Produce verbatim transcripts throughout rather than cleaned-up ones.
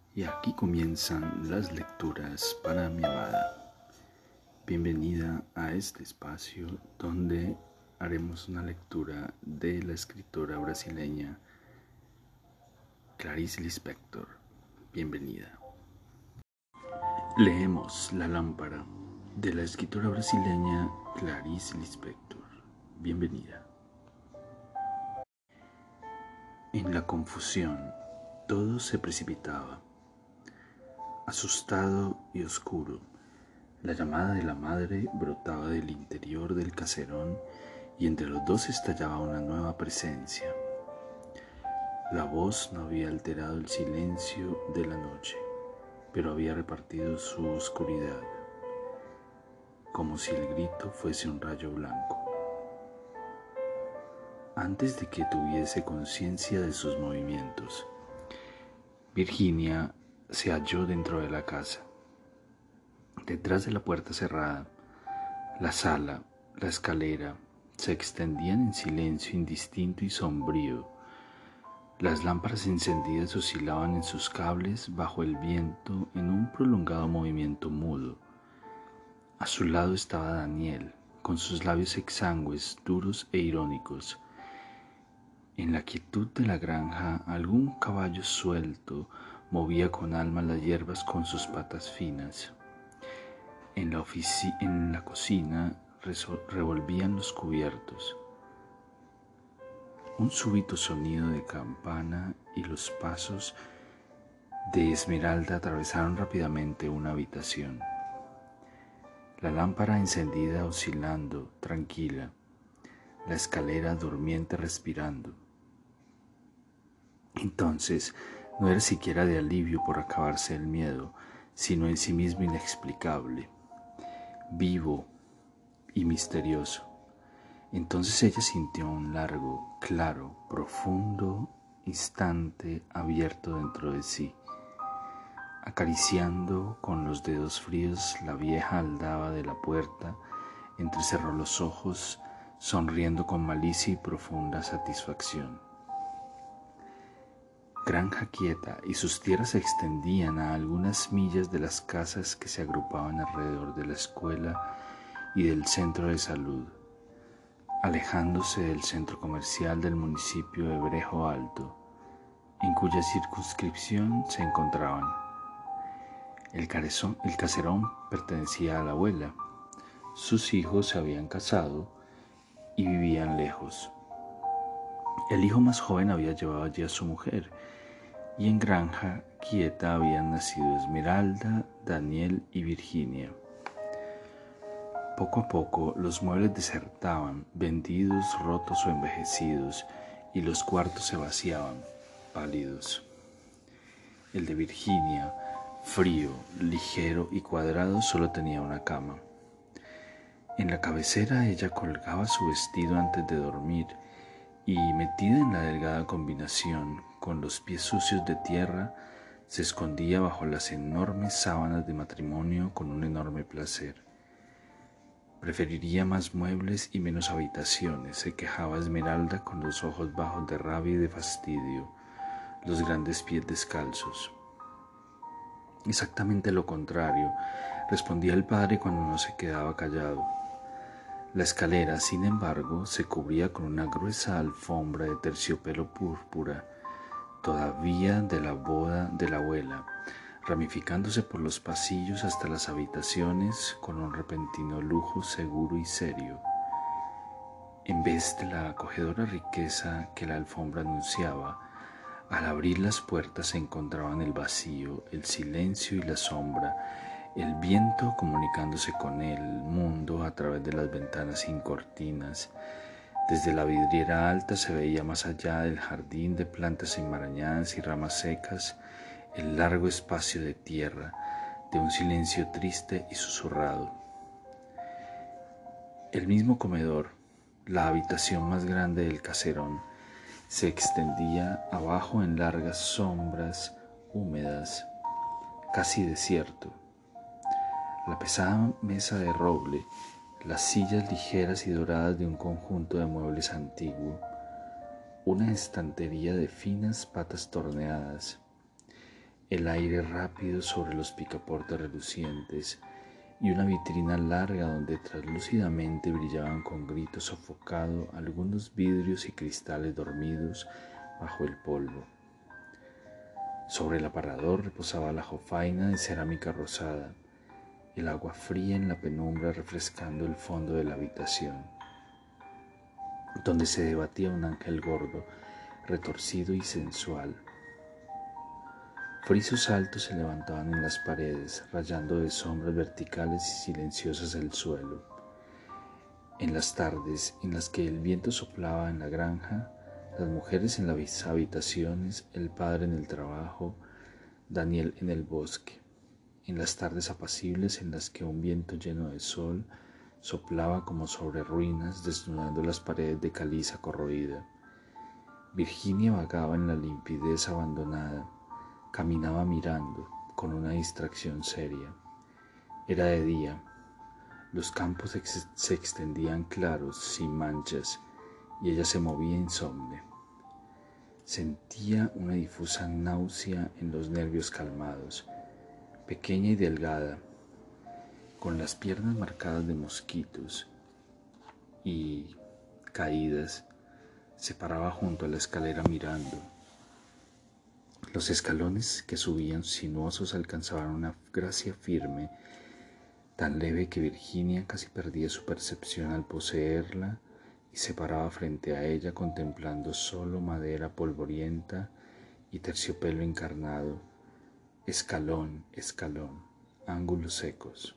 Y aquí comienzan las lecturas para mi amada. Bienvenida a este espacio donde haremos una lectura de la escritora brasileña Clarice Lispector. Bienvenida. Leemos La lámpara de la escritora brasileña Clarice Lispector. Bienvenida. En la confusión, todo se precipitaba. Asustado y oscuro, la llamada de la madre brotaba del interior del caserón y entre los dos estallaba una nueva presencia. La voz no había alterado el silencio de la noche, pero había repartido su oscuridad, como si el grito fuese un rayo blanco. Antes de que tuviese conciencia de sus movimientos, Virginia se halló dentro de la casa. Detrás de la puerta cerrada, la sala, la escalera, se extendían en silencio indistinto y sombrío. Las lámparas encendidas oscilaban en sus cables bajo el viento en un prolongado movimiento mudo. A su lado estaba Daniel, con sus labios exangües, duros e irónicos. En la quietud de la granja, algún caballo suelto movía con alma las hierbas con sus patas finas. En la, ofici- en la cocina revolvían los cubiertos. Un súbito sonido de campana y los pasos de Esmeralda atravesaron rápidamente una habitación. La lámpara encendida oscilando, tranquila, la escalera durmiente respirando. Entonces, no era siquiera de alivio por acabarse el miedo, sino en sí mismo inexplicable, vivo y misterioso. Entonces ella sintió un largo, claro, profundo instante abierto dentro de sí. Acariciando con los dedos fríos la vieja aldaba de la puerta, entrecerró los ojos, sonriendo con malicia y profunda satisfacción. Granja quieta y sus tierras se extendían a algunas millas de las casas que se agrupaban alrededor de la escuela y del centro de salud, alejándose del centro comercial del municipio de Brejo Alto, en cuya circunscripción se encontraban. El, carezón, el caserón pertenecía a la abuela. Sus hijos se habían casado y vivían lejos. El hijo más joven había llevado allí a su mujer, y en Granja Quieta habían nacido Esmeralda, Daniel y Virginia. Poco a poco los muebles desertaban, vendidos, rotos o envejecidos, y los cuartos se vaciaban, pálidos. El de Virginia, frío, ligero y cuadrado, solo tenía una cama. En la cabecera ella colgaba su vestido antes de dormir y, metida en la delgada combinación, con los pies sucios de tierra, se escondía bajo las enormes sábanas de matrimonio con un enorme placer. Preferiría más muebles y menos habitaciones, se quejaba Esmeralda con los ojos bajos de rabia y de fastidio, los grandes pies descalzos. Exactamente lo contrario, respondía el padre cuando no se quedaba callado. La escalera, sin embargo, se cubría con una gruesa alfombra de terciopelo púrpura, todavía de la boda de la abuela, ramificándose por los pasillos hasta las habitaciones con un repentino lujo seguro y serio. En vez de la acogedora riqueza que la alfombra anunciaba, al abrir las puertas se encontraban el vacío, el silencio y la sombra, el viento comunicándose con el mundo a través de las ventanas sin cortinas. Desde la vidriera alta se veía más allá del jardín de plantas enmarañadas y ramas secas, el largo espacio de tierra, de un silencio triste y susurrado. El mismo comedor, la habitación más grande del caserón, se extendía abajo en largas sombras húmedas, casi desierto. La pesada mesa de roble, las sillas ligeras y doradas de un conjunto de muebles antiguo, una estantería de finas patas torneadas, el aire rápido sobre los picaportes relucientes y una vitrina larga donde translúcidamente brillaban con grito sofocado algunos vidrios y cristales dormidos bajo el polvo. Sobre el aparador reposaba la jofaina de cerámica rosada, el agua fría en la penumbra refrescando el fondo de la habitación, donde se debatía un ángel gordo, retorcido y sensual. Frisos altos se levantaban en las paredes, rayando de sombras verticales y silenciosas el suelo. En las tardes en las que el viento soplaba en la granja, las mujeres en las habitaciones, el padre en el trabajo, Daniel en el bosque. En las tardes apacibles en las que un viento lleno de sol soplaba como sobre ruinas, desnudando las paredes de caliza corroída. Virginia vagaba en la limpidez abandonada, caminaba mirando, con una distracción seria. Era de día. Los campos ex- se extendían claros, sin manchas, y ella se movía insomne. Sentía una difusa náusea en los nervios calmados, pequeña y delgada, con las piernas marcadas de mosquitos y caídas, se paraba junto a la escalera mirando. Los escalones que subían sinuosos alcanzaban una gracia firme, tan leve que Virginia casi perdía su percepción al poseerla y se paraba frente a ella contemplando solo madera polvorienta y terciopelo encarnado, escalón, escalón, ángulos secos.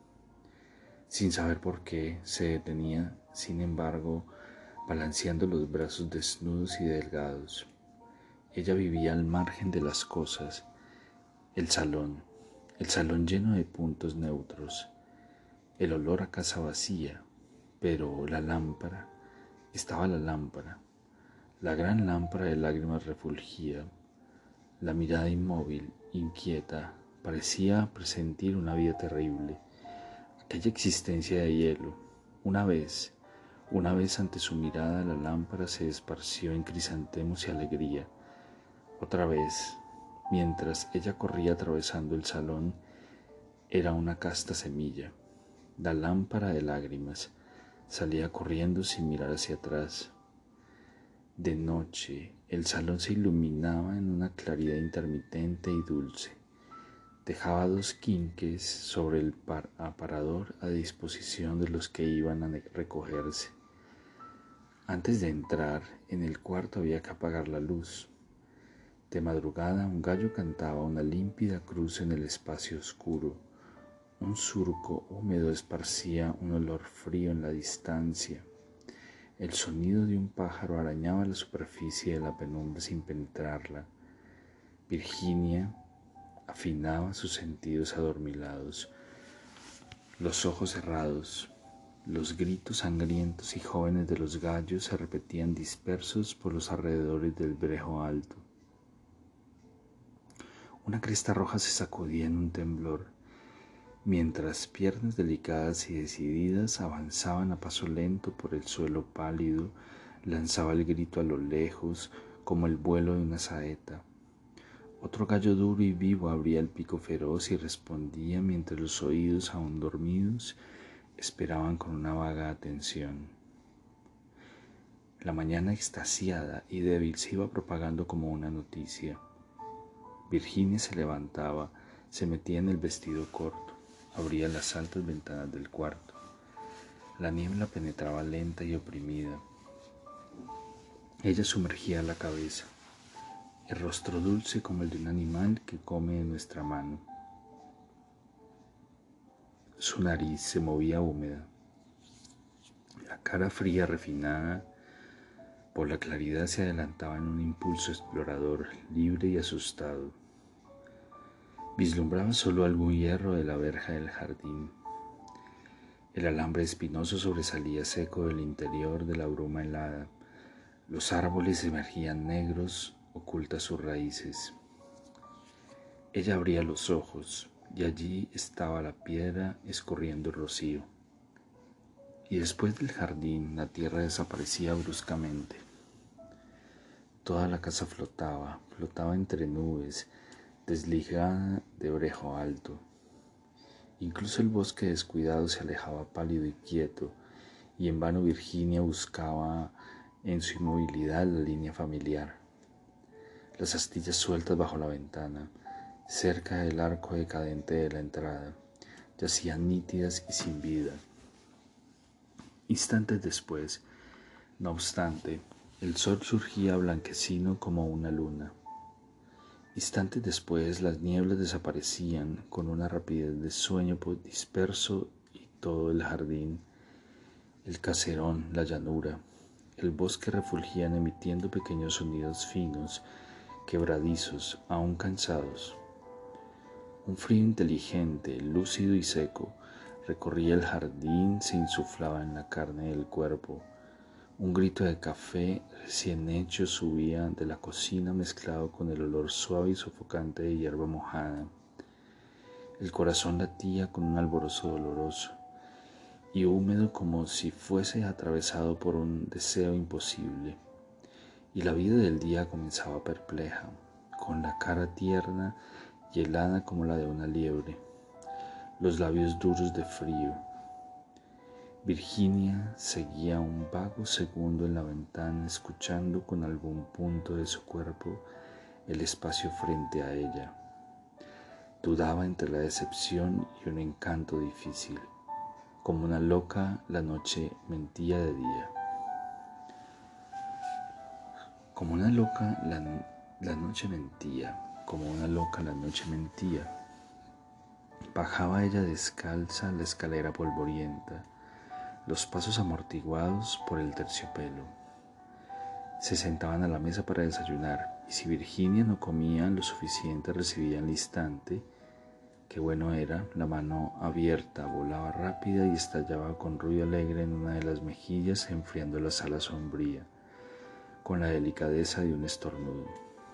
Sin saber por qué, se detenía, sin embargo, balanceando los brazos desnudos y delgados. Ella vivía al margen de las cosas. El salón, el salón lleno de puntos neutros, el olor a casa vacía, pero la lámpara, estaba la lámpara, la gran lámpara de lágrimas refulgía, la mirada inmóvil, inquieta, parecía presentir una vida terrible, aquella existencia de hielo. Una vez, una vez ante su mirada la lámpara se esparció en crisantemos y alegría. Otra vez, mientras ella corría atravesando el salón, era una casta semilla. La lámpara de lágrimas salía corriendo sin mirar hacia atrás. De noche, el salón se iluminaba en una claridad intermitente y dulce. Dejaba dos quinques sobre el aparador a disposición de los que iban a recogerse. Antes de entrar en el cuarto había que apagar la luz. De madrugada un gallo cantaba una límpida cruz en el espacio oscuro. Un surco húmedo esparcía un olor frío en la distancia. El sonido de un pájaro arañaba la superficie de la penumbra sin penetrarla. Virginia afinaba sus sentidos adormilados, los ojos cerrados. Los gritos sangrientos y jóvenes de los gallos se repetían dispersos por los alrededores del brejo alto. Una cresta roja se sacudía en un temblor, mientras piernas delicadas y decididas avanzaban a paso lento por el suelo pálido, lanzaba el grito a lo lejos como el vuelo de una saeta. Otro gallo duro y vivo abría el pico feroz y respondía mientras los oídos aún dormidos esperaban con una vaga atención. La mañana extasiada y débil se iba propagando como una noticia. Virginia se levantaba, se metía en el vestido corto, abría las altas ventanas del cuarto. La niebla penetraba lenta y oprimida. Ella sumergía la cabeza, el rostro dulce como el de un animal que come en nuestra mano. Su nariz se movía húmeda. La cara fría, refinada, por la claridad se adelantaba en un impulso explorador, libre y asustado. Vislumbraba solo algún hierro de la verja del jardín. El alambre espinoso sobresalía seco del interior de la bruma helada. Los árboles emergían negros, ocultas sus raíces. Ella abría los ojos y allí estaba la piedra escurriendo rocío. Y después del jardín la tierra desaparecía bruscamente. Toda la casa flotaba, flotaba entre nubes, desligada de Brejo Alto. Incluso el bosque descuidado se alejaba pálido y quieto, y en vano Virginia buscaba en su inmovilidad la línea familiar. Las astillas sueltas bajo la ventana, cerca del arco decadente de la entrada, yacían nítidas y sin vida. Instantes después, no obstante, el sol surgía blanquecino como una luna. Instantes después, las nieblas desaparecían con una rapidez de sueño disperso y todo el jardín, el caserón, la llanura, el bosque refulgían emitiendo pequeños sonidos finos, quebradizos, aún cansados. Un frío inteligente, lúcido y seco, recorría el jardín, se insuflaba en la carne del cuerpo. Un grito de café recién hecho subía de la cocina mezclado con el olor suave y sofocante de hierba mojada. El corazón latía con un alborozo doloroso y húmedo como si fuese atravesado por un deseo imposible. Y la vida del día comenzaba perpleja, con la cara tierna y helada como la de una liebre, los labios duros de frío. Virginia seguía un vago segundo en la ventana, escuchando con algún punto de su cuerpo el espacio frente a ella. Dudaba entre la decepción y un encanto difícil. Como una loca, la noche mentía de día. Como una loca, la, la noche mentía. Como una loca, la noche mentía. Bajaba ella descalza la escalera polvorienta, los pasos amortiguados por el terciopelo. Se sentaban a la mesa para desayunar, y si Virginia no comía lo suficiente recibía al instante, qué bueno era, la mano abierta volaba rápida y estallaba con ruido alegre en una de las mejillas, enfriando la sala sombría, con la delicadeza de un estornudo.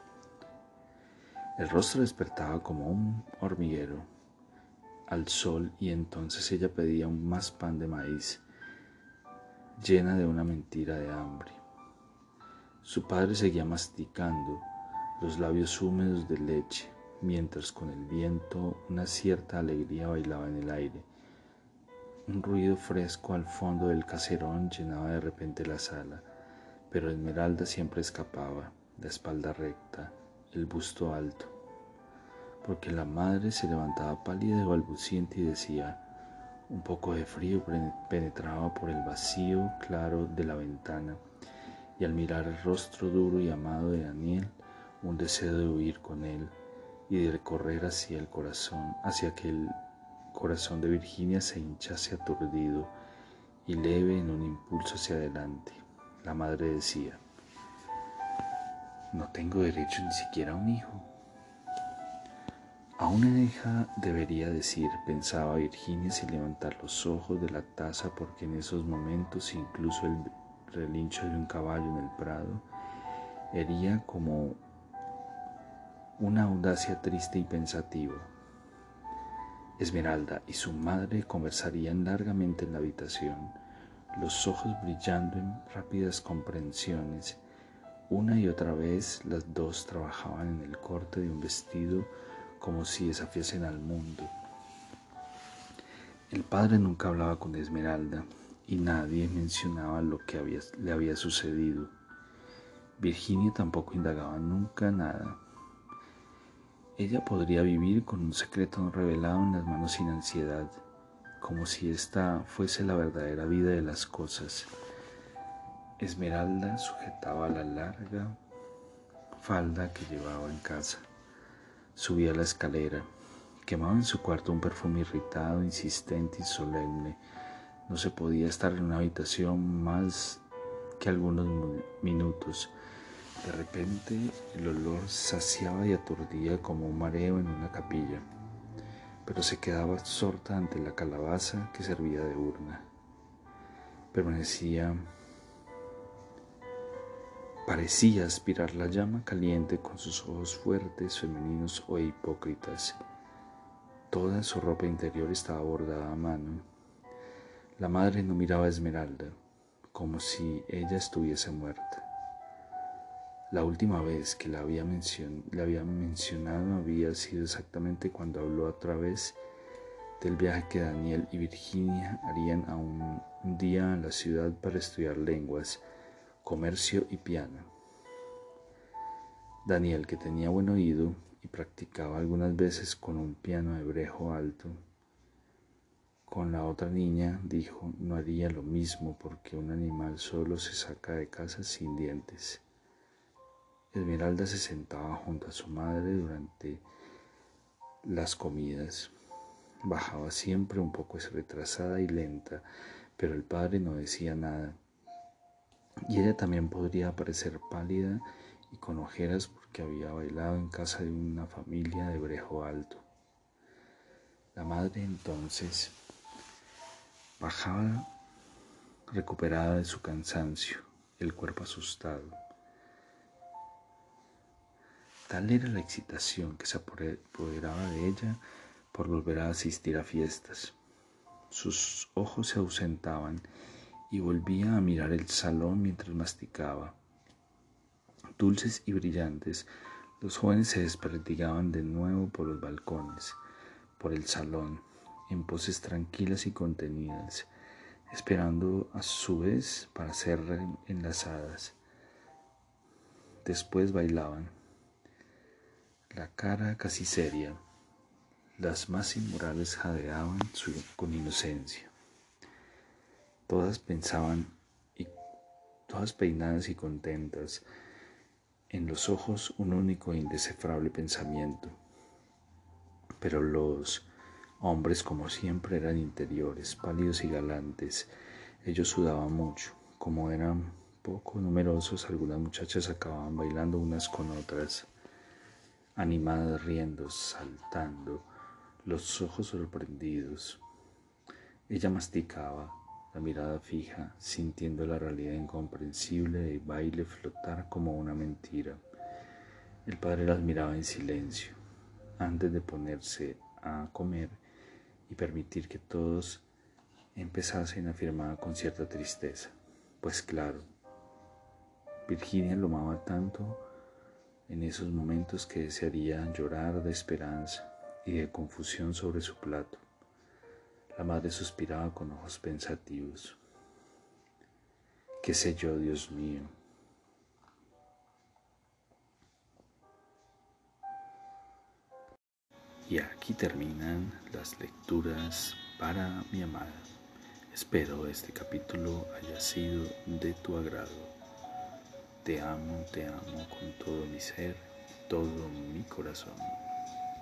El rostro despertaba como un hormiguero al sol, y entonces ella pedía un más pan de maíz, llena de una mentira de hambre. Su padre seguía masticando, los labios húmedos de leche, mientras con el viento una cierta alegría bailaba en el aire. Un ruido fresco al fondo del caserón llenaba de repente la sala, pero Esmeralda siempre escapaba, la espalda recta, el busto alto, porque la madre se levantaba pálida y balbuciente y decía: un poco de frío penetraba por el vacío claro de la ventana, y al mirar el rostro duro y amado de Daniel, un deseo de huir con él y de recorrer hacia el corazón, hacia que el corazón de Virginia se hinchase aturdido y leve en un impulso hacia adelante. La madre decía: no tengo derecho ni siquiera a un hijo. A una hija debería decir, pensaba Virginia sin levantar los ojos de la taza, porque en esos momentos incluso el relincho de un caballo en el prado hería como una audacia triste y pensativa. Esmeralda y su madre conversarían largamente en la habitación, los ojos brillando en rápidas comprensiones. Una y otra vez las dos trabajaban en el corte de un vestido como si desafiasen al mundo. El padre nunca hablaba con Esmeralda y nadie mencionaba lo que había, le había sucedido. Virginia tampoco indagaba nunca nada. Ella podría vivir con un secreto no revelado en las manos sin ansiedad, como si esta fuese la verdadera vida de las cosas. Esmeralda sujetaba la larga falda que llevaba en casa. Subía la escalera. Quemaba en su cuarto un perfume irritado, insistente y solemne. No se podía estar en una habitación más que algunos minutos. De repente el olor saciaba y aturdía como un mareo en una capilla, pero se quedaba absorta ante la calabaza que servía de urna. Permanecía, parecía aspirar la llama caliente con sus ojos fuertes, femeninos o hipócritas. Toda su ropa interior estaba bordada a mano. La madre no miraba a Esmeralda, como si ella estuviese muerta. La última vez que la había, mencion la había mencionado había sido exactamente cuando habló otra vez del viaje que Daniel y Virginia harían a un, un día a la ciudad para estudiar lenguas, comercio y piano. Daniel, que tenía buen oído y practicaba algunas veces con un piano de brejo alto, con la otra niña dijo no haría lo mismo porque un animal solo se saca de casa sin dientes. Esmeralda se sentaba junto a su madre durante las comidas. Bajaba siempre un poco retrasada y lenta, pero el padre no decía nada. Y ella también podría parecer pálida y con ojeras porque había bailado en casa de una familia de brejo alto. La madre entonces bajaba recuperada de su cansancio, el cuerpo asustado. Tal era la excitación que se apoderaba de ella por volver a asistir a fiestas. Sus ojos se ausentaban y volvía a mirar el salón mientras masticaba. Dulces y brillantes, los jóvenes se desperdigaban de nuevo por los balcones, por el salón, en poses tranquilas y contenidas, esperando a su vez para ser enlazadas. Después bailaban. La cara casi seria, las más inmorales jadeaban con inocencia. Todas pensaban, y todas peinadas y contentas, en los ojos un único e indescifrable pensamiento. Pero los hombres, como siempre, eran interiores, pálidos y galantes. Ellos sudaban mucho. Como eran poco numerosos, algunas muchachas acababan bailando unas con otras, animadas, riendo, saltando, los ojos sorprendidos. Ella masticaba, la mirada fija, sintiendo la realidad incomprensible del baile flotar como una mentira. El padre las miraba en silencio, antes de ponerse a comer y permitir que todos empezasen, afirmaba con cierta tristeza. Pues claro, Virginia lo amaba tanto en esos momentos que desearía llorar de esperanza y de confusión sobre su plato. La madre suspiraba con ojos pensativos. ¿Qué sé yo, Dios mío? Y aquí terminan las lecturas para mi amada. Espero este capítulo haya sido de tu agrado. Te amo, te amo con todo mi ser, todo mi corazón.